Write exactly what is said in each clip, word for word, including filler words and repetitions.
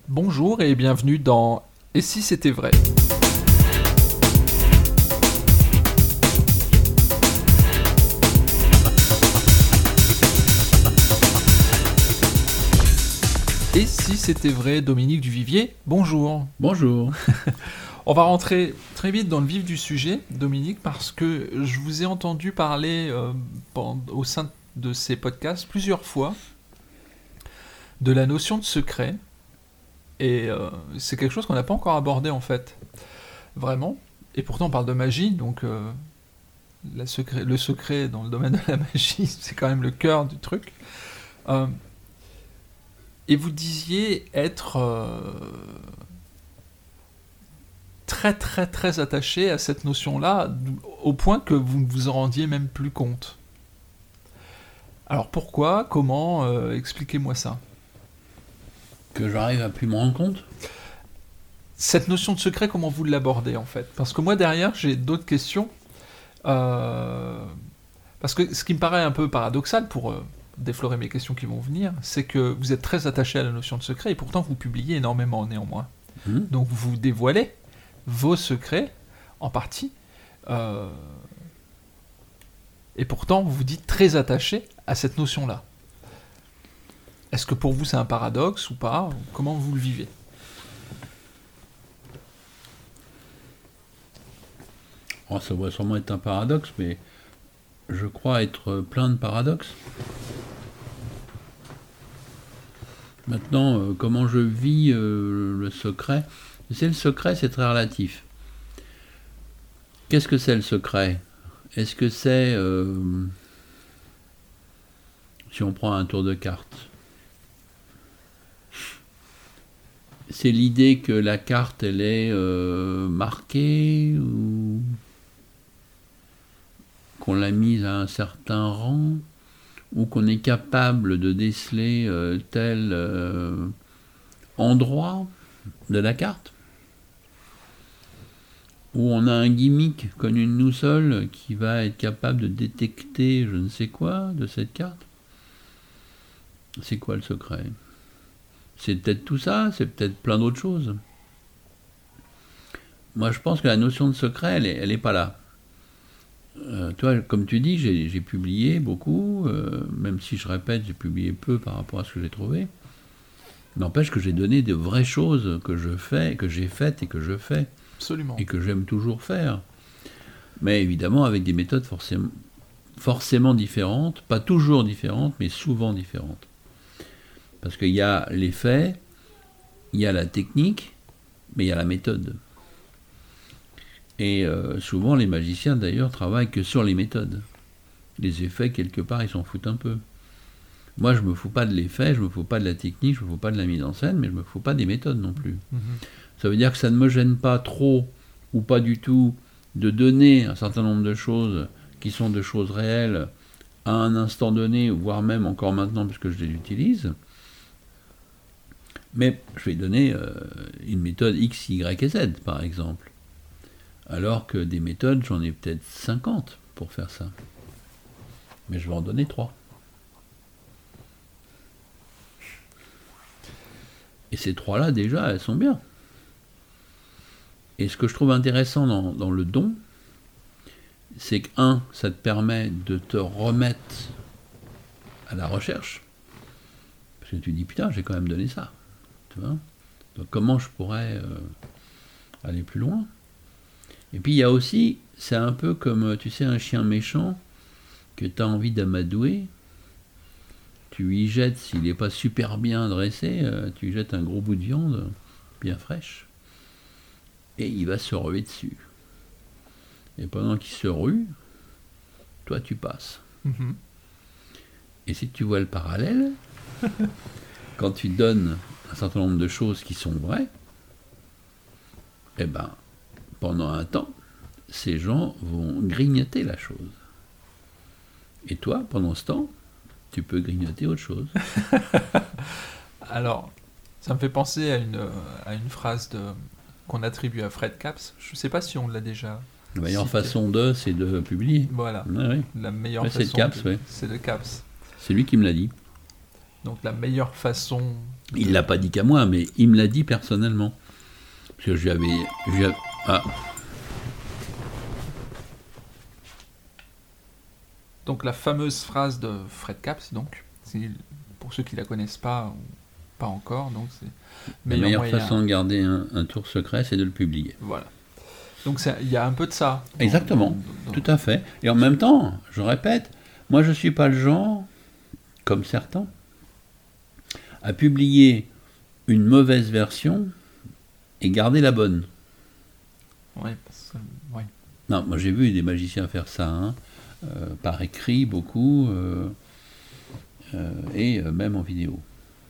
Bonjour et bienvenue dans Et si c'était vrai ? Et si c'était vrai, Dominique Duvivier, bonjour. Bonjour. On va rentrer très vite dans le vif du sujet, Dominique, parce que je vous ai entendu parler euh, au sein de ces podcasts plusieurs fois de la notion de secret. Et euh, c'est quelque chose qu'on n'a pas encore abordé en fait, vraiment. Et pourtant on parle de magie, donc euh, la secret, le secret dans le domaine de la magie, c'est quand même le cœur du truc. Euh, et vous disiez être euh, très très très attaché à cette notion-là, au point que vous ne vous en rendiez même plus compte. Alors pourquoi, comment, euh, expliquez-moi ça. Que j'arrive à plus me rendre compte ? Cette notion de secret, comment vous l'abordez en fait ? Parce que moi derrière, j'ai d'autres questions. Euh, parce que ce qui me paraît un peu paradoxal pour euh, déflorer mes questions qui vont venir, c'est que vous êtes très attaché à la notion de secret et pourtant vous publiez énormément néanmoins. Mmh. Donc vous dévoilez vos secrets en partie. Euh, et pourtant vous vous dites très attaché à cette notion-là. Est-ce que pour vous c'est un paradoxe ou pas ? Comment vous le vivez ? Oh, ça doit sûrement être un paradoxe, mais je crois être plein de paradoxes. Maintenant, euh, comment je vis euh, le secret ? C'est le secret, c'est très relatif. Qu'est-ce que c'est le secret ? Est-ce que c'est, euh, si on prend un tour de carte, c'est l'idée que la carte, elle est euh, marquée ou qu'on l'a mise à un certain rang ou qu'on est capable de déceler euh, tel euh, endroit de la carte, où on a un gimmick connu de nous seuls qui va être capable de détecter je ne sais quoi de cette carte. C'est quoi le secret ? C'est peut-être tout ça, c'est peut-être plein d'autres choses. Moi, je pense que la notion de secret, elle n'est elle est pas là. Euh, toi, comme tu dis, j'ai, j'ai publié beaucoup, euh, même si je répète, j'ai publié peu par rapport à ce que j'ai trouvé. N'empêche que j'ai donné de vraies choses que je fais, que j'ai faites et que je fais. Absolument. Et que j'aime toujours faire. Mais évidemment, avec des méthodes forcément, forcément différentes, pas toujours différentes, mais souvent différentes. Parce qu'il y a les faits, il y a la technique, mais il y a la méthode. Et euh, souvent, les magiciens, d'ailleurs, travaillent que sur les méthodes. Les effets, quelque part, ils s'en foutent un peu. Moi, je ne me fous pas de l'effet, je ne me fous pas de la technique, je ne me fous pas de la mise en scène, mais je ne me fous pas des méthodes non plus. Mm-hmm. Ça veut dire que ça ne me gêne pas trop, ou pas du tout, de donner un certain nombre de choses qui sont de choses réelles à un instant donné, voire même encore maintenant, puisque je les utilise. Mais je vais donner euh, une méthode X, Y et Z, par exemple. Alors que des méthodes, j'en ai peut-être cinquante pour faire ça. Mais je vais en donner trois. Et ces trois-là, déjà, elles sont bien. Et ce que je trouve intéressant dans, dans le don, c'est que, un, ça te permet de te remettre à la recherche. Parce que tu dis, putain, j'ai quand même donné ça. Tu vois ? Donc comment je pourrais euh, aller plus loin ? Et puis il y a aussi, c'est un peu comme, tu sais, un chien méchant que tu as envie d'amadouer. Tu lui jettes, s'il n'est pas super bien dressé, euh, tu lui jettes un gros bout de viande bien fraîche. Et il va se ruer dessus. Et pendant qu'il se rue, toi tu passes. Mm-hmm. Et si tu vois le parallèle, quand tu donnes un certain nombre de choses qui sont vraies, eh ben, pendant un temps, ces gens vont grignoter la chose. Et toi, pendant ce temps, tu peux grignoter autre chose. Alors, ça me fait penser à une, à une phrase de, qu'on attribue à Fred Capps. Je ne sais pas si on l'a déjà. La meilleure façon de, c'est de publier. Voilà. Ah, oui. La meilleure ouais, façon. C'est de Capps, de, oui. C'est de Capps. C'est lui qui me l'a dit. Donc la meilleure façon... De... Il ne l'a pas dit qu'à moi, mais il me l'a dit personnellement. Parce que je lui avais... Je lui avais ah. Donc la fameuse phrase de Fred Capps, donc, pour ceux qui ne la connaissent pas, ou pas encore, donc c'est... La meilleure moyen... façon de garder un, un tour secret, c'est de le publier. Voilà. Donc il y a un peu de ça. Dans, Exactement, dans, dans... tout à fait. Et en même temps, je répète, moi je ne suis pas le genre, comme certains, à publier une mauvaise version et garder la bonne. Oui, parce que... Oui. Non, moi j'ai vu des magiciens faire ça, hein, euh, par écrit beaucoup, euh, euh, et euh, même en vidéo.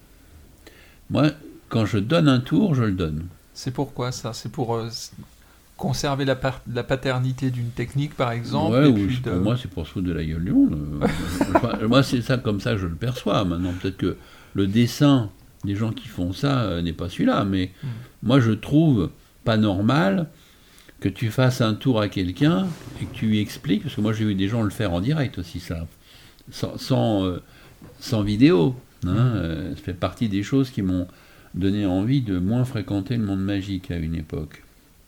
Moi, quand je donne un tour, je le donne. C'est pourquoi ça ? C'est pour euh, conserver la, par- la paternité d'une technique, par exemple. Ouais, et ou puis je, de... Pour moi, c'est pour se foutre de la gueule du monde. Moi, c'est ça comme ça que je le perçois. Maintenant, peut-être que le dessin des gens qui font ça euh, n'est pas celui-là, mais mm. moi, je trouve pas normal que tu fasses un tour à quelqu'un et que tu lui expliques, parce que moi, j'ai vu des gens le faire en direct aussi, ça, sans, sans, euh, sans vidéo. Hein, mm. euh, ça fait partie des choses qui m'ont donné envie de moins fréquenter le monde magique à une époque.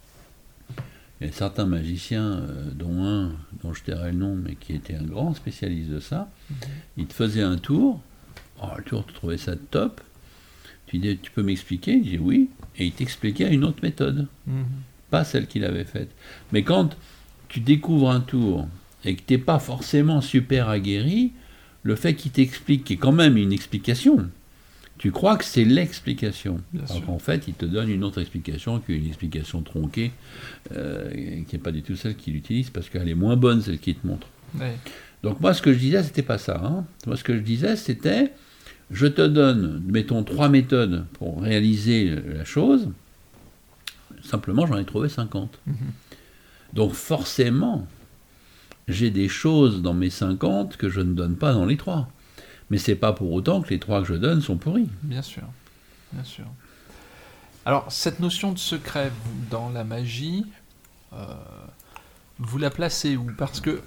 Il y a certains magiciens, euh, dont un, dont je tairai le nom, mais qui était un grand spécialiste de ça, mmh. il te faisait un tour, oh, le tour, tu trouvais ça top, tu disais, tu peux m'expliquer ? Il disait oui, et il t'expliquait une autre méthode, mmh. pas celle qu'il avait faite. Mais quand tu découvres un tour, et que tu n'es pas forcément super aguerri, le fait qu'il t'explique, qui est quand même une explication, tu crois que c'est l'explication. Alors qu'en fait, il te donne une autre explication, qui est une explication tronquée, euh, qui n'est pas du tout celle qu'il utilise, parce qu'elle est moins bonne, celle qu'il te montre. Ouais. Donc moi, ce que je disais, c'était pas ça. Hein. Moi, ce que je disais, c'était, je te donne, mettons, trois méthodes pour réaliser la chose. Simplement, j'en ai trouvé cinquante. Mm-hmm. Donc forcément, j'ai des choses dans mes cinquante que je ne donne pas dans les trois. Mais c'est pas pour autant que les trois que je donne sont pourris. Bien sûr, bien sûr. Alors, cette notion de secret dans la magie, euh, vous la placez où ? Parce que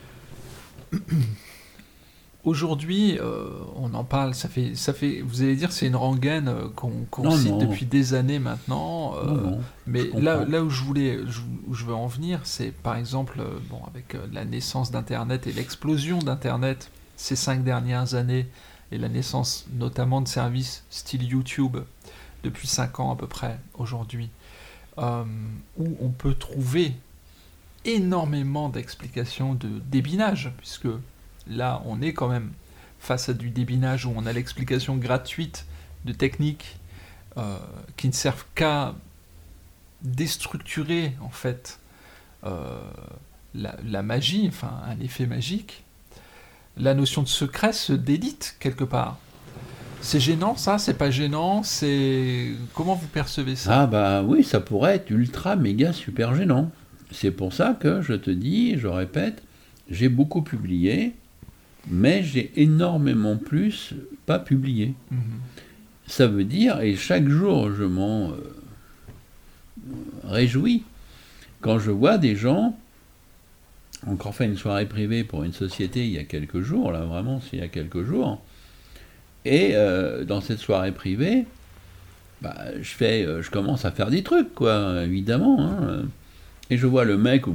aujourd'hui, euh, on en parle, ça fait, ça fait, vous allez dire, c'est une rengaine qu'on, qu'on non, cite non. depuis des années maintenant. Euh, non, non, mais là, là où je voulais, où je veux en venir, c'est par exemple, bon, avec la naissance d'Internet et l'explosion d'Internet ces cinq dernières années, et la naissance notamment de services style YouTube depuis cinq ans à peu près aujourd'hui, euh, où on peut trouver énormément d'explications de débinage, puisque là on est quand même face à du débinage où on a l'explication gratuite de techniques euh, qui ne servent qu'à déstructurer en fait euh, la, la magie, enfin un effet magique. La notion de secret se délite quelque part. C'est gênant ça ? C'est pas gênant ? C'est... Comment vous percevez ça ? Ah bah oui, ça pourrait être ultra méga super gênant. C'est pour ça que je te dis, je répète, j'ai beaucoup publié, mais j'ai énormément plus pas publié. Mm-hmm. Ça veut dire, et chaque jour je m'en euh, réjouis, quand je vois des gens... encore fait une soirée privée pour une société il y a quelques jours, là vraiment c'est il y a quelques jours, et euh, dans cette soirée privée, bah, je, fais, euh, je commence à faire des trucs, quoi, évidemment, hein, et je vois le mec,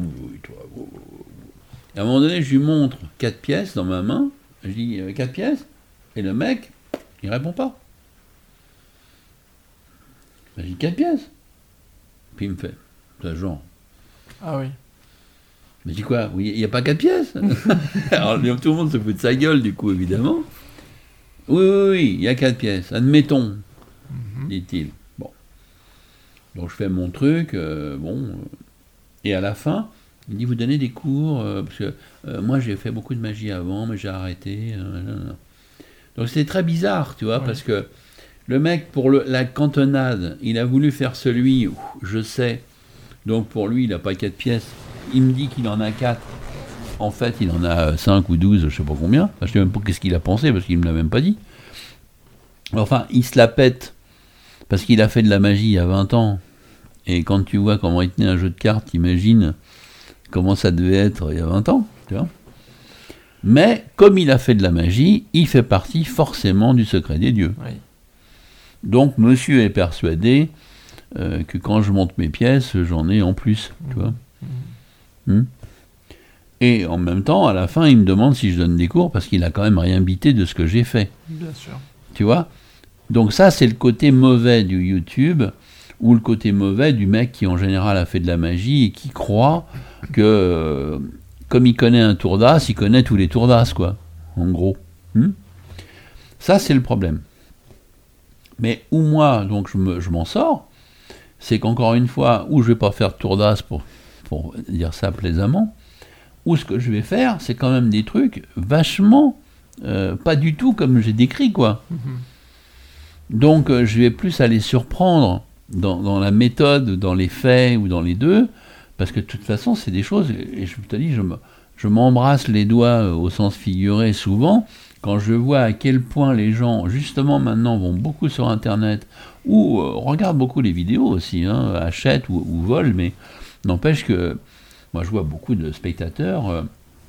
et à un moment donné je lui montre quatre pièces dans ma main, je dis euh, quatre pièces, et le mec, il répond pas. Ben, je dis quatre pièces, puis il me fait, ça genre. Ah oui. Mais je dis quoi ? Il n'y a pas quatre pièces. Alors tout le monde se fout de sa gueule, du coup, évidemment. Oui, oui, oui, il y a quatre pièces. Admettons, mm-hmm. dit-il. Bon. Donc je fais mon truc, euh, bon. Et à la fin, il dit, vous donnez des cours, euh, parce que euh, moi j'ai fait beaucoup de magie avant, mais j'ai arrêté. Euh, Donc c'était très bizarre, tu vois, oui. Parce que le mec, pour le, la cantonade, il a voulu faire celui, où, je sais, donc pour lui, il n'a pas quatre pièces. Il me dit qu'il en a quatre. En fait, il en a cinq ou douze, je sais pas combien. Enfin, je sais même pas qu'est-ce qu'il a pensé, parce qu'il me l'a même pas dit. Enfin, il se la pète, parce qu'il a fait de la magie il y a vingt ans. Et quand tu vois comment il tenait un jeu de cartes, imagine comment ça devait être il y a vingt ans, tu vois. Mais comme il a fait de la magie, il fait partie forcément du secret des dieux. Oui. Donc monsieur est persuadé euh, que quand je monte mes pièces, j'en ai en plus. Mmh. Tu vois. Mmh. Hmm. Et en même temps, à la fin, il me demande si je donne des cours parce qu'il a quand même rien bité de ce que j'ai fait. Bien sûr. Tu vois. Donc ça, c'est le côté mauvais du YouTube, ou le côté mauvais du mec qui en général a fait de la magie et qui croit que, euh, comme il connaît un tour d'as, il connaît tous les tours d'as, quoi, en gros. Hmm. Ça, c'est le problème. Mais où moi, donc, je, me, je m'en sors, c'est qu'encore une fois, où je vais pas faire de tour d'as pour, pour dire ça plaisamment, ou ce que je vais faire, c'est quand même des trucs vachement, euh, pas du tout comme j'ai décrit, quoi. Mmh. Donc, euh, je vais plus aller surprendre dans, dans la méthode, dans les faits ou dans les deux, parce que de toute façon, c'est des choses, et je te dis, je, me, je m'embrasse les doigts euh, au sens figuré souvent, quand je vois à quel point les gens, justement maintenant, vont beaucoup sur Internet, ou euh, regardent beaucoup les vidéos aussi, hein, achètent ou, ou volent, mais n'empêche que, moi je vois beaucoup de spectateurs, euh,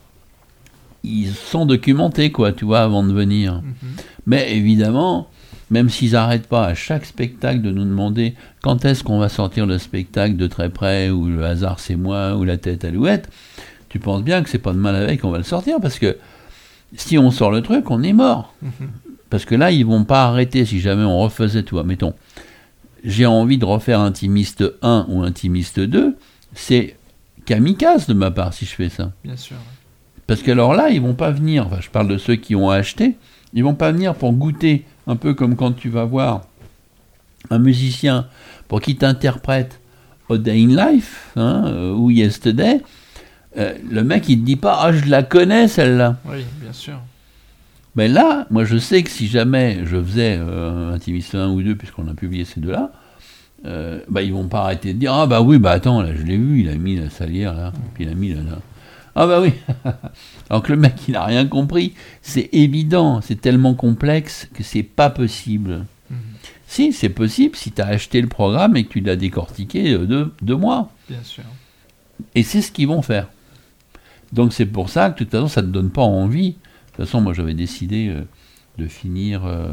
ils sont documentés, quoi, tu vois, avant de venir. Mmh. Mais évidemment, même s'ils n'arrêtent pas à chaque spectacle de nous demander quand est-ce qu'on va sortir le spectacle de très près, ou le hasard c'est moi, ou la tête alouette, tu penses bien que c'est pas de mal avec qu'on va le sortir, parce que si on sort le truc, on est mort. Mmh. Parce que là, ils vont pas arrêter si jamais on refaisait, tu vois, mettons, j'ai envie de refaire Intimiste un ou Intimiste deux, c'est kamikaze de ma part si je fais ça. Bien sûr. Parce que alors là, ils vont pas venir, enfin je parle de ceux qui ont acheté, ils vont pas venir pour goûter, un peu comme quand tu vas voir un musicien pour qu'il t'interprète A Day in Life, hein, euh, ou Yesterday, euh, le mec il te dit pas « Ah, je la connais celle-là ». Oui, bien sûr. Mais là, moi je sais que si jamais je faisais euh, Intimiste un ou deux, puisqu'on a publié ces deux-là, euh, bah, ils vont pas arrêter de dire « Ah bah oui, bah attends, là je l'ai vu, il a mis la salière là, et puis il a mis là, là. » Ah bah oui. Alors que le mec il a rien compris, c'est évident, c'est tellement complexe que c'est pas possible. Mmh. Si, c'est possible si tu as acheté le programme et que tu l'as décortiqué deux, deux mois. Bien sûr. Et c'est ce qu'ils vont faire. Donc c'est pour ça que de toute façon ça ne te donne pas envie. De toute façon, moi j'avais décidé euh, de finir euh,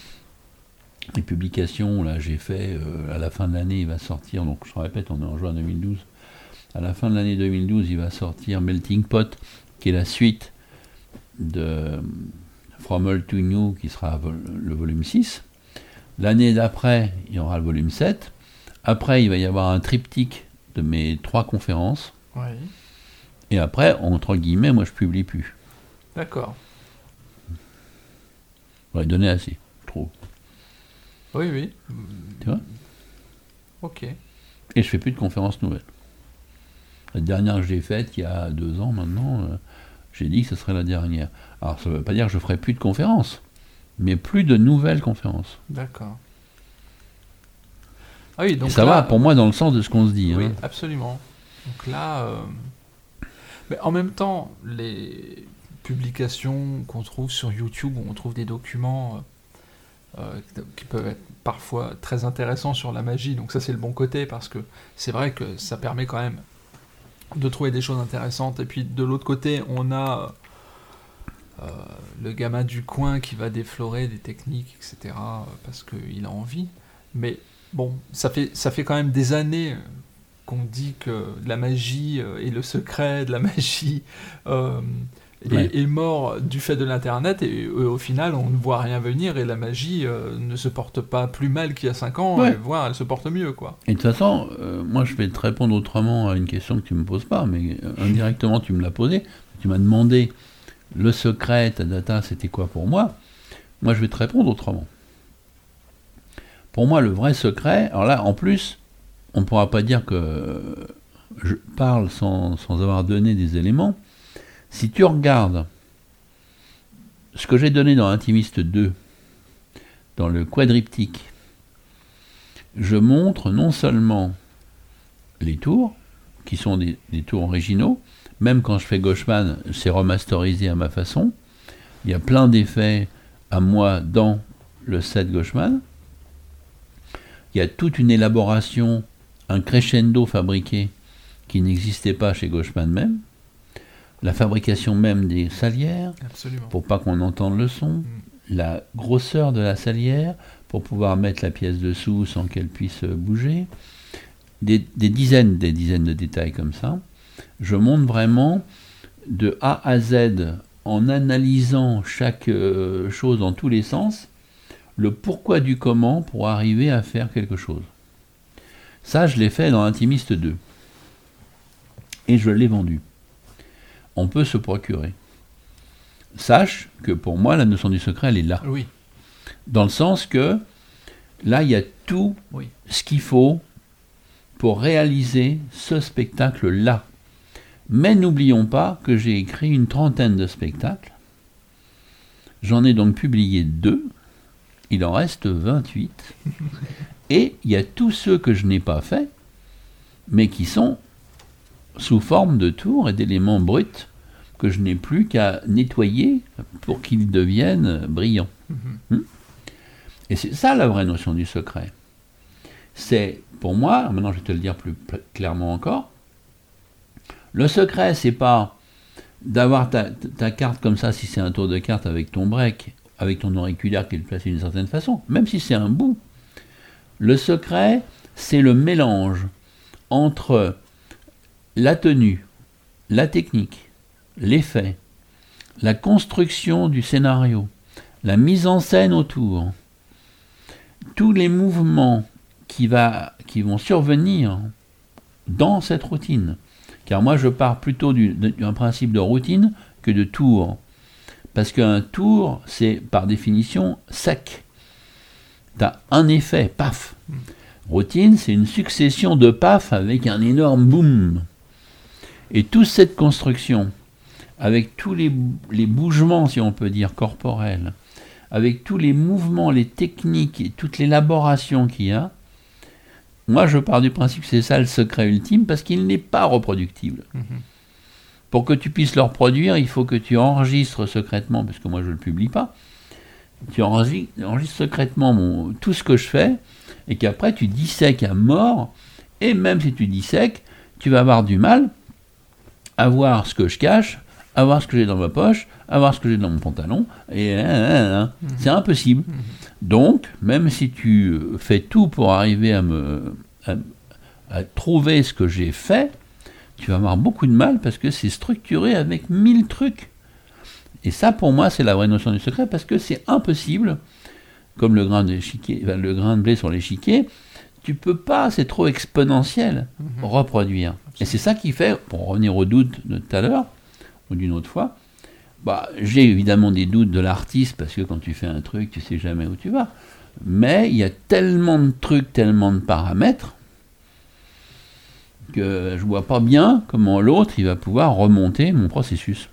les publications. Là, j'ai fait euh, à la fin de l'année, il va sortir. Donc je te répète, on est en juin deux mille douze. À la fin de l'année deux mille douze, il va sortir Melting Pot, qui est la suite de From Old to New, qui sera vol- le volume six. L'année d'après, il y aura le volume sept. Après, il va y avoir un triptyque de mes trois conférences. Oui. Et après, entre guillemets, moi je publie plus. D'accord. J'aurais donné assez, je trouve. Oui, oui. Tu vois ? Ok. Et je fais plus de conférences nouvelles. La dernière que j'ai faite, il y a deux ans maintenant, euh, j'ai dit que ce serait la dernière. Alors ça ne veut pas dire que je ferai plus de conférences, mais plus de nouvelles conférences. D'accord. Ah oui, donc et ça là, va pour moi dans le sens de ce qu'on se dit. oui, Hein. absolument. Donc là, euh, mais en même temps, les publications qu'on trouve sur YouTube, où on trouve des documents euh, qui peuvent être parfois très intéressants sur la magie, donc ça c'est le bon côté, parce que c'est vrai que ça permet quand même de trouver des choses intéressantes. Et puis de l'autre côté, on a euh, le gamin du coin qui va déflorer des techniques, et cetera, parce qu'il a envie. Mais bon, ça fait, ça fait quand même des années qu'on dit que la magie et le secret de la magie euh, ouais. est, est mort du fait de l'internet, et, et au final on ne voit rien venir, et la magie euh, ne se porte pas plus mal qu'il y a cinq ans, ouais. et voire elle se porte mieux, quoi. Et de toute façon, euh, moi je vais te répondre autrement à une question que tu me poses pas, mais euh, indirectement tu me l'as posée. Tu m'as demandé le secret, ta data, c'était quoi pour moi ? Moi je vais te répondre autrement. Pour moi, le vrai secret, alors là, en plus, on ne pourra pas dire que je parle sans, sans avoir donné des éléments. Si tu regardes ce que j'ai donné dans Intimiste deux, dans le quadriptyque, je montre non seulement les tours, qui sont des, des tours originaux, même quand je fais Gauchman, c'est remasterisé à ma façon. Il y a plein d'effets à moi dans le set Gauchman. Il y a toute une élaboration, un crescendo fabriqué qui n'existait pas chez Gauchman même. la fabrication même des salières, Absolument. pour pas qu'on entende le son, Mm. la grosseur de la salière, pour pouvoir mettre la pièce dessous sans qu'elle puisse bouger, des, des dizaines, des dizaines de détails comme ça. Je monte vraiment de A à Z, en analysant chaque euh, chose dans tous les sens, le pourquoi du comment pour arriver à faire quelque chose. Ça, je l'ai fait dans Intimiste deux. Et je l'ai vendu. On peut se procurer. Sache que pour moi, la notion du secret, elle est là. Oui. Dans le sens que là, il y a tout Oui. ce qu'il faut pour réaliser ce spectacle-là. Mais n'oublions pas que j'ai écrit une trentaine de spectacles. J'en ai donc publié deux. Il en reste vingt-huit. Et il y a tous ceux que je n'ai pas faits, mais qui sont sous forme de tours et d'éléments bruts que je n'ai plus qu'à nettoyer pour qu'ils deviennent brillants. Mm-hmm. Et c'est ça la vraie notion du secret. C'est, pour moi, maintenant je vais te le dire plus clairement encore, le secret, c'est pas d'avoir ta, ta carte comme ça, si c'est un tour de carte avec ton break, avec ton auriculaire qui est placé d'une certaine façon, même si c'est un bout. Le secret, c'est le mélange entre la tenue, la technique, l'effet, la construction du scénario, la mise en scène autour, tous les mouvements qui, va, qui vont survenir dans cette routine. Car moi, je pars plutôt du, d'un principe de routine que de tour. Parce qu'un tour, c'est par définition sec. Tu as un effet, paf. Routine, c'est une succession de paf avec un énorme boum. Et toute cette construction, avec tous les, les bougements, si on peut dire, corporels, avec tous les mouvements, les techniques et toute l'élaboration qu'il y a, moi je pars du principe que c'est ça le secret ultime, parce qu'il n'est pas reproductible. Mmh. Pour que tu puisses le reproduire, il faut que tu enregistres secrètement, parce que moi je ne le publie pas, tu enregistres, enregistres secrètement mon, tout ce que je fais, et qu'après tu dissèques à mort, et même si tu dissèques, tu vas avoir du mal à voir ce que je cache, à voir ce que j'ai dans ma poche, à voir ce que j'ai dans mon pantalon, et hein, hein, hein. Mmh. C'est impossible. Mmh. Donc, même si tu fais tout pour arriver à me à, à trouver ce que j'ai fait, tu vas avoir beaucoup de mal parce que c'est structuré avec mille trucs. Et ça, pour moi, c'est la vraie notion du secret, parce que c'est impossible, comme le grain, enfin, le grain de blé sur l'échiquier, tu peux pas, c'est trop exponentiel, mmh. reproduire. Absolument. Et c'est ça qui fait, pour revenir au doute de tout à l'heure, ou d'une autre fois, bah, j'ai évidemment des doutes de l'artiste, parce que quand tu fais un truc, tu sais jamais où tu vas. Mais il y a tellement de trucs, tellement de paramètres, que je vois pas bien comment l'autre, il va pouvoir remonter mon processus.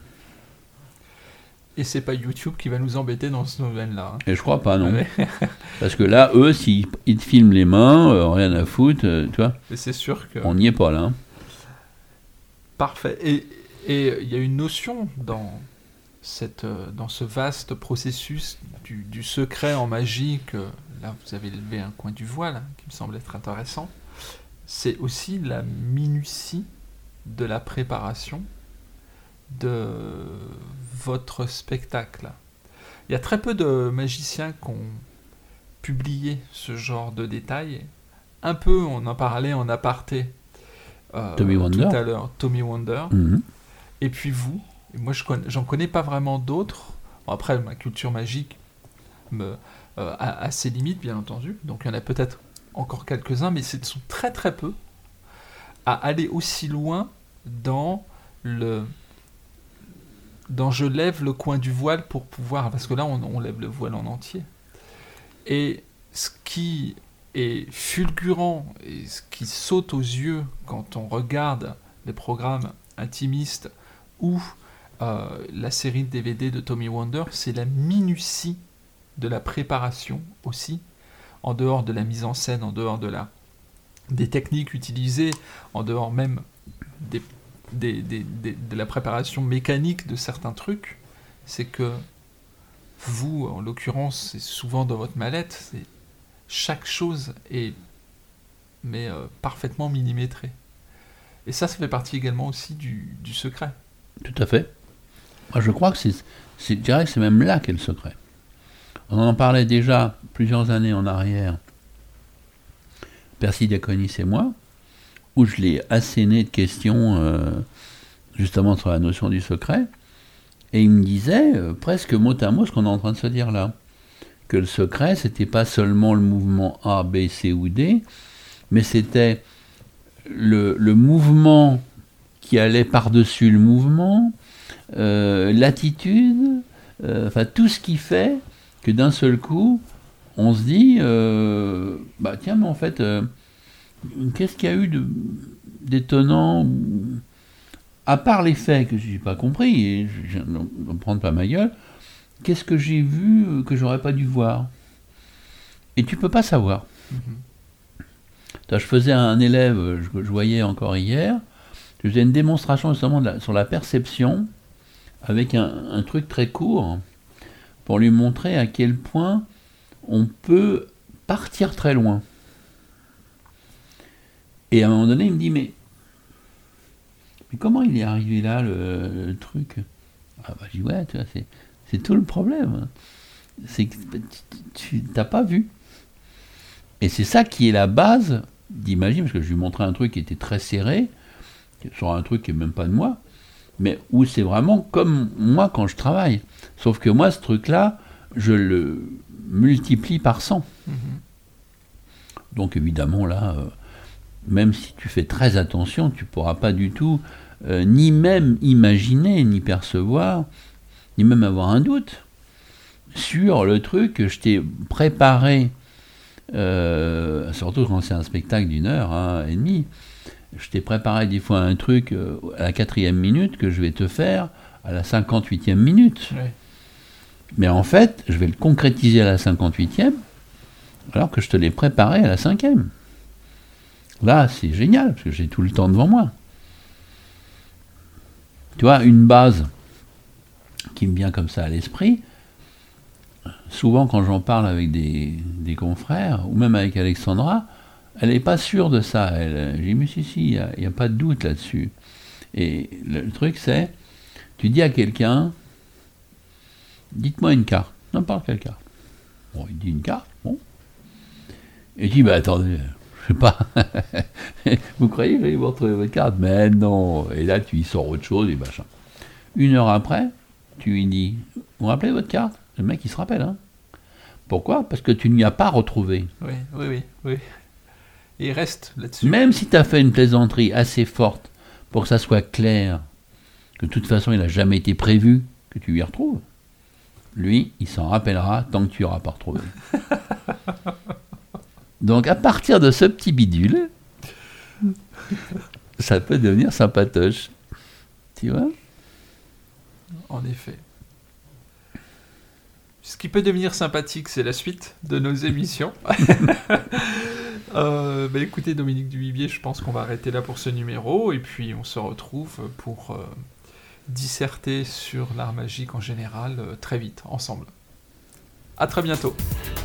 Et c'est pas YouTube qui va nous embêter dans ce domaine-là. Hein. Et je crois pas, non. Ouais. Parce que là, eux, s'ils ils te filment les mains, euh, rien à foutre, euh, tu vois. Et c'est sûr que... On n'y est pas, là. Hein. Parfait. Et il y a une notion dans, cette, dans ce vaste processus du, du secret en magie, que là, vous avez levé un coin du voile, hein, qui me semble être intéressant. C'est aussi la minutie de la préparation de votre spectacle. Il y a très peu de magiciens qui ont publié ce genre de détails. Un peu, on en parlait en aparté euh, Tommy Wonder. tout à l'heure, Tommy Wonder. Mm-hmm. Et puis vous, et moi je connais, j'en connais pas vraiment d'autres. Bon, après, ma culture magique me, euh, a, a ses limites, bien entendu. Donc il y en a peut-être encore quelques-uns, mais ce sont très très peu à aller aussi loin dans le... dans je lève le coin du voile pour pouvoir... Parce que là, on, on lève le voile en entier. Et ce qui est fulgurant et ce qui saute aux yeux quand on regarde les programmes intimistes ou euh, la série de D V D de Tommy Wonder, c'est la minutie de la préparation aussi, en dehors de la mise en scène, en dehors de la, des techniques utilisées, en dehors même des Des, des, des, de la préparation mécanique de certains trucs, c'est que vous, en l'occurrence, c'est souvent dans votre mallette, c'est, chaque chose est mais, euh, parfaitement millimétrée. Et ça, ça fait partie également aussi du, du secret. Tout à fait. Moi, je crois que c'est, c'est, je dirais que c'est même là qu'est le secret. On en parlait déjà plusieurs années en arrière, Percy Diaconis et moi, où je l'ai asséné de questions euh, justement sur la notion du secret, et il me disait euh, presque mot à mot ce qu'on est en train de se dire là, que le secret, c'était pas seulement le mouvement A, B, C ou D, mais c'était le, le mouvement qui allait par-dessus le mouvement, euh, l'attitude, euh, enfin tout ce qui fait que d'un seul coup, on se dit, euh, bah tiens, mais en fait, euh, qu'est-ce qu'il y a eu de, d'étonnant, à part les faits que je n'ai pas compris, et je ne vais prendre pas ma gueule, qu'est-ce que j'ai vu que j'aurais pas dû voir? Et tu peux pas savoir. Mm-hmm. Je faisais à un élève, je, je voyais encore hier, je faisais une démonstration justement de la, sur la perception, avec un, un truc très court, pour lui montrer à quel point on peut partir très loin. Et à un moment donné, il me dit, mais, mais comment il est arrivé là, le, le truc? Ah bah je dis, ouais, tu vois, c'est, c'est tout le problème. C'est que tu n'as pas vu. Et c'est ça qui est la base d'imagine, parce que je lui montrais un truc qui était très serré, sur un truc qui n'est même pas de moi, mais où c'est vraiment comme moi quand je travaille. Sauf que moi, ce truc-là, je le multiplie par cent. Mmh. Donc évidemment, là, euh, même si tu fais très attention, tu ne pourras pas du tout euh, ni même imaginer, ni percevoir, ni même avoir un doute sur le truc que je t'ai préparé, euh, surtout quand c'est un spectacle d'une heure hein, et demie, je t'ai préparé des fois un truc euh, à la quatrième minute que je vais te faire à la cinquante-huitième minute. Oui. Mais en fait, je vais le concrétiser à la cinquante-huitième, alors que je te l'ai préparé à la cinquième. Là, c'est génial, parce que j'ai tout le temps devant moi. Tu vois, une base qui me vient comme ça à l'esprit, souvent quand j'en parle avec des, des confrères, ou même avec Alexandra, elle n'est pas sûre de ça. Elle, j'ai dit, mais si, si, il n'y a, a pas de doute là-dessus. Et le, le truc, c'est, tu dis à quelqu'un, dites-moi une carte, n'importe quelle carte. Bon, il dit une carte, bon. Et il dit, bah attendez, je sais pas, vous croyez que j'allais vous retrouver votre carte? Mais non. Et là, tu y sors autre chose, et machin. Une heure après, tu lui dis, vous vous rappelez votre carte? Le mec, il se rappelle, hein. Pourquoi? Parce que tu n'y as pas retrouvé. Oui, oui, oui, oui. Et il reste là-dessus. Même si tu as fait une plaisanterie assez forte pour que ça soit clair, que de toute façon, il n'a jamais été prévu que tu y retrouves, lui, il s'en rappellera tant que tu n'auras pas retrouvé. Donc, à partir de ce petit bidule, ça peut devenir sympatoche. Tu vois? En effet. Ce qui peut devenir sympathique, c'est la suite de nos émissions. euh, bah écoutez, Dominique Duvivier, je pense qu'on va arrêter là pour ce numéro, et puis on se retrouve pour euh, disserter sur l'art magique en général euh, très vite, ensemble. À très bientôt.